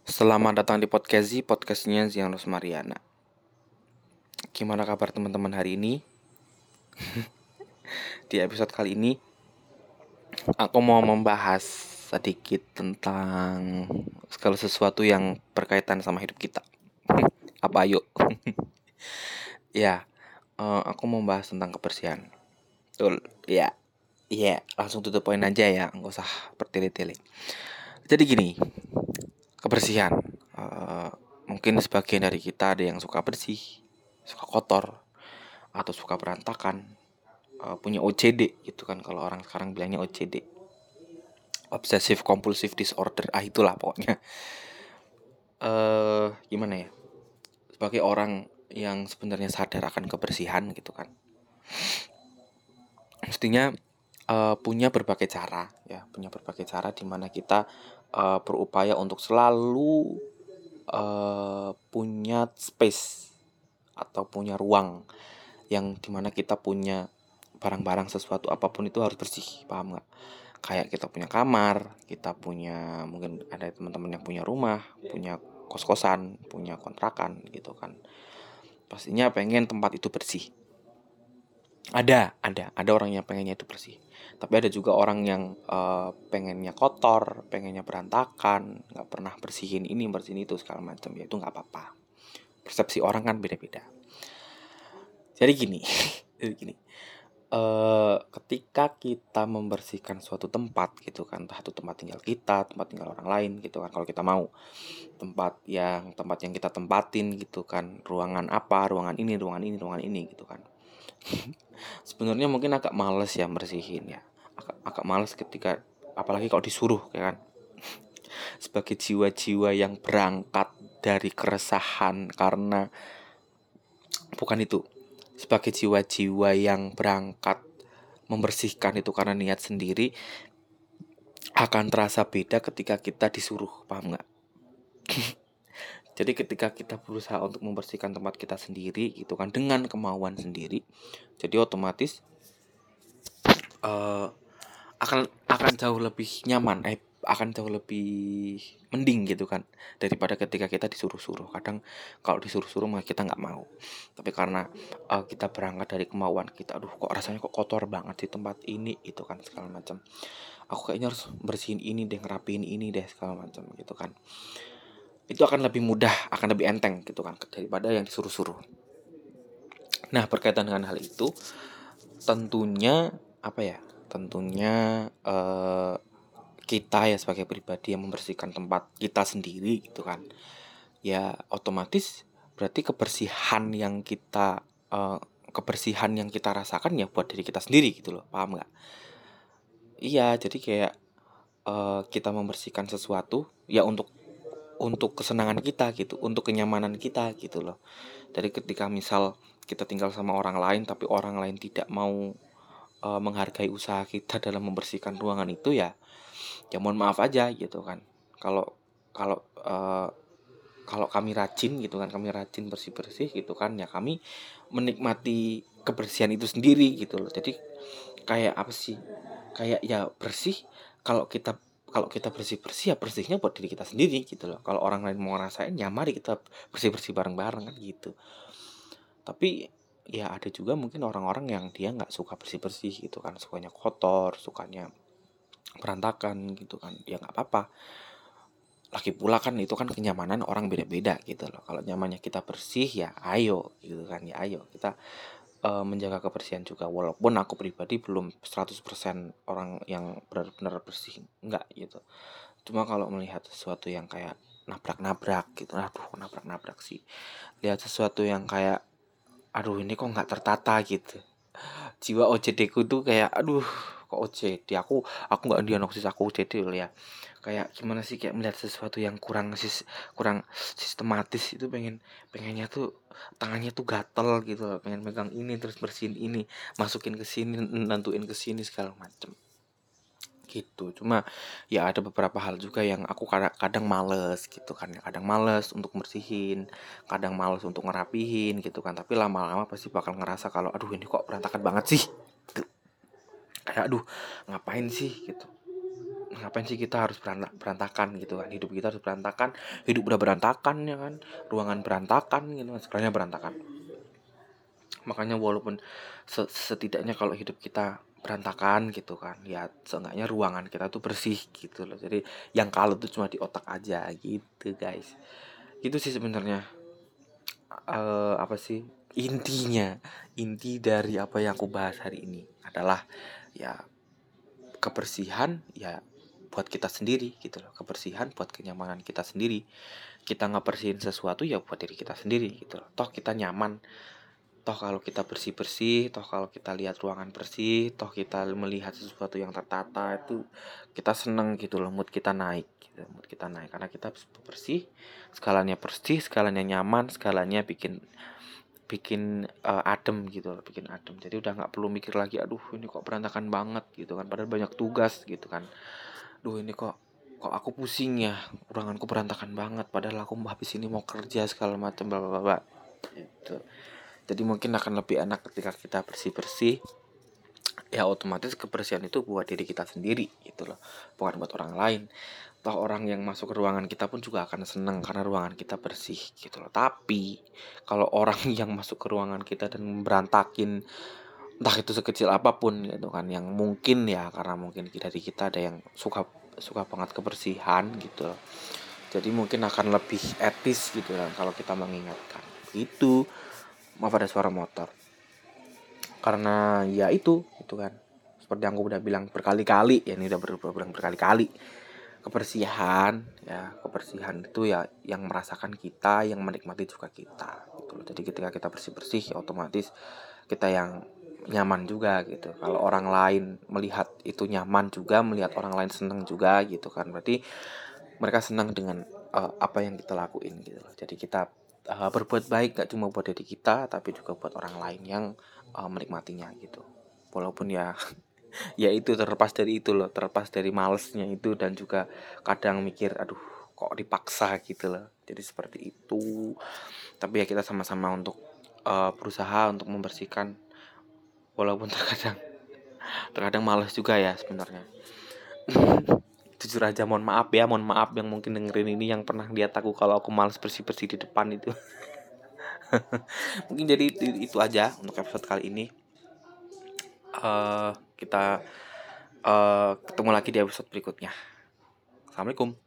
Selamat datang di podcastnya Zian Rosmariana. Gimana kabar teman-teman hari ini? Di episode kali ini aku mau membahas sedikit tentang segala sesuatu yang berkaitan sama hidup kita. Apa ayo? Ya, aku mau membahas tentang kebersihan. Betul, ya. Iya, langsung to the point aja ya, nggak usah bertele-tele. Jadi gini, kebersihan. Eh, Mungkin sebagian dari kita ada yang suka bersih, suka kotor, atau suka berantakan, punya OCD gitu kan, kalau orang sekarang bilangnya OCD, obsessive compulsive disorder, itulah pokoknya. Gimana ya, sebagai orang yang sebenarnya sadar akan kebersihan gitu kan, mestinya punya berbagai cara ya, punya berbagai cara di mana kita berupaya untuk selalu punya space atau punya ruang yang dimana kita punya barang-barang, sesuatu apapun itu harus bersih, paham nggak? Kayak kita punya kamar, kita punya, mungkin ada teman-teman yang punya rumah, punya kos-kosan, punya kontrakan gitu kan. Pastinya pengen tempat itu bersih. Ada orang yang pengennya itu bersih. Tapi ada juga orang yang pengennya kotor, pengennya berantakan, nggak pernah bersihin ini, bersihin itu segala macam. Ya itu nggak apa-apa. Persepsi orang kan beda-beda. Jadi gini, jadi gini. Ketika kita membersihkan suatu tempat gitu kan, entah itu tempat tinggal kita, tempat tinggal orang lain gitu kan, kalau kita mau tempat yang kita tempatin gitu kan, ruangan apa, ruangan ini gitu kan. Sebenarnya mungkin agak males ya bersihin ya, agak males ketika, apalagi kalau disuruh ya kan. Sebagai jiwa-jiwa yang berangkat dari keresahan karena, bukan itu, sebagai jiwa-jiwa yang berangkat membersihkan itu karena niat sendiri, akan terasa beda ketika kita disuruh, paham nggak? Jadi ketika kita berusaha untuk membersihkan tempat kita sendiri gitu kan, dengan kemauan sendiri, jadi otomatis uh, akan jauh lebih nyaman, akan jauh lebih mending gitu kan, daripada ketika kita disuruh-suruh. Kadang kalau disuruh-suruh mah kita nggak mau, tapi karena kita berangkat dari kemauan kita, aduh kok rasanya kok kotor banget di tempat ini itu kan, segala macam, aku kayaknya harus bersihin ini deh, ngerapiin ini deh, segala macam gitu kan. Itu akan lebih mudah, akan lebih enteng gitu kan, daripada yang disuruh-suruh. Nah, berkaitan dengan hal itu, tentunya apa ya? Tentunya kita ya sebagai pribadi yang membersihkan tempat kita sendiri gitu kan. Ya otomatis berarti kebersihan yang kita rasakan ya buat diri kita sendiri gitu loh, paham nggak? Iya, jadi kayak kita membersihkan sesuatu ya untuk kesenangan kita gitu, untuk kenyamanan kita gitu loh. Jadi ketika misal kita tinggal sama orang lain tapi orang lain tidak mau menghargai usaha kita dalam membersihkan ruangan itu, ya mohon maaf aja gitu kan. Kalau kalau eh, kalau kami rajin gitu kan, kami rajin bersih-bersih gitu kan, ya kami menikmati kebersihan itu sendiri gitu loh. Jadi kayak apa sih? Kayak ya bersih, kalau kita kalau kita bersih-bersih ya bersihnya buat diri kita sendiri gitu loh. Kalau orang lain mau ngerasain ya mari kita bersih-bersih bareng-bareng kan gitu. Tapi ya ada juga mungkin orang-orang yang dia nggak suka bersih-bersih gitu kan, sukanya kotor, sukanya berantakan gitu kan. Ya nggak apa-apa. Lagi pula kan itu kan kenyamanan orang beda-beda gitu loh. Kalau nyamannya kita bersih ya ayo gitu kan, ya ayo kita menjaga kebersihan juga. Walaupun aku pribadi belum 100% orang yang benar-benar bersih, enggak gitu. Cuma kalau melihat sesuatu yang kayak nabrak-nabrak gitu, aduh nabrak-nabrak sih. Lihat sesuatu yang kayak, aduh ini kok nggak tertata gitu. Jiwa OCD ku tuh kayak, aduh kok OCD, aku nggak diagnosis, aku OCD loh ya. Kayak gimana sih, kayak melihat sesuatu yang kurang sistematis itu, pengennya tuh tangannya tuh gatel gitu loh, pengen megang ini terus bersihin ini, masukin ke sini, nentuin ke sini segala macem gitu. Cuma ya ada beberapa hal juga yang aku kadang males gitu kan ya, kadang males untuk bersihin, kadang males untuk ngerapihin gitu kan, tapi lama-lama pasti bakal ngerasa kalau aduh ini kok berantakan banget sih, kayak aduh ngapain sih gitu. ngapain sih kita harus berantakan gitu kan, hidup kita harus berantakan, hidup udah berantakan ya kan, ruangan berantakan gitu kan, segalanya berantakan. Makanya walaupun setidaknya kalau hidup kita berantakan gitu kan, ya seenggaknya ruangan kita tuh bersih gitu loh. Jadi yang kalut tuh cuma di otak aja gitu guys. Itu sih sebenarnya apa sih inti dari apa yang aku bahas hari ini adalah ya kebersihan ya buat kita sendiri gitu loh, kebersihan buat kenyamanan kita sendiri. Kita ngebersihin sesuatu ya buat diri kita sendiri gitu loh, toh kita nyaman, toh kalau kita bersih-bersih, toh kalau kita lihat ruangan bersih, toh kita melihat sesuatu yang tertata, itu kita seneng gitu loh, mood kita naik gitu, mood kita naik karena kita bersih, bersih, skalanya nyaman, skalanya bikin bikin adem gitu loh, bikin adem. Jadi udah nggak perlu mikir lagi, aduh ini kok berantakan banget gitu kan, padahal banyak tugas gitu kan. Duh ini kok aku pusing ya, ruanganku berantakan banget padahal aku habis ini mau kerja segala macam bla bla bla gitu. Jadi mungkin akan lebih enak ketika kita bersih-bersih, ya otomatis kebersihan itu buat diri kita sendiri gitu loh, bukan buat orang lain. Toh orang yang masuk ke ruangan kita pun juga akan seneng karena ruangan kita bersih gitu loh. Tapi kalau orang yang masuk ke ruangan kita dan berantakin, entah itu sekecil apapun gitu kan, yang mungkin ya karena mungkin dari kita ada yang suka suka banget kebersihan gitu loh. Jadi mungkin akan lebih etis gitu kan kalau kita mengingatkan. Itu maaf ada suara motor. Karena ya itu kan. Seperti yang aku udah bilang berkali-kali, ya ini udah berulang berkali-kali. Kebersihan itu ya yang merasakan kita, yang menikmati juga kita gitu loh. Jadi ketika kita bersih-bersih ya otomatis kita yang nyaman juga gitu. Kalau orang lain melihat itu nyaman juga, melihat orang lain senang juga gitu kan, berarti mereka senang dengan apa yang kita lakuin gitu loh. Jadi kita berbuat baik gak cuma buat diri kita tapi juga buat orang lain yang menikmatinya gitu. Walaupun ya ya itu terlepas dari itu loh, terlepas dari malesnya itu dan juga kadang mikir aduh kok dipaksa gitu loh. Jadi seperti itu. Tapi ya kita sama-sama untuk berusaha untuk membersihkan, walaupun terkadang terkadang malas juga ya sebenarnya. Jujur aja mohon maaf yang mungkin dengerin ini yang pernah lihat aku kalau aku malas bersih-bersih di depan itu. Mungkin jadi itu aja untuk episode kali ini. Kita ketemu lagi di episode berikutnya. Assalamualaikum.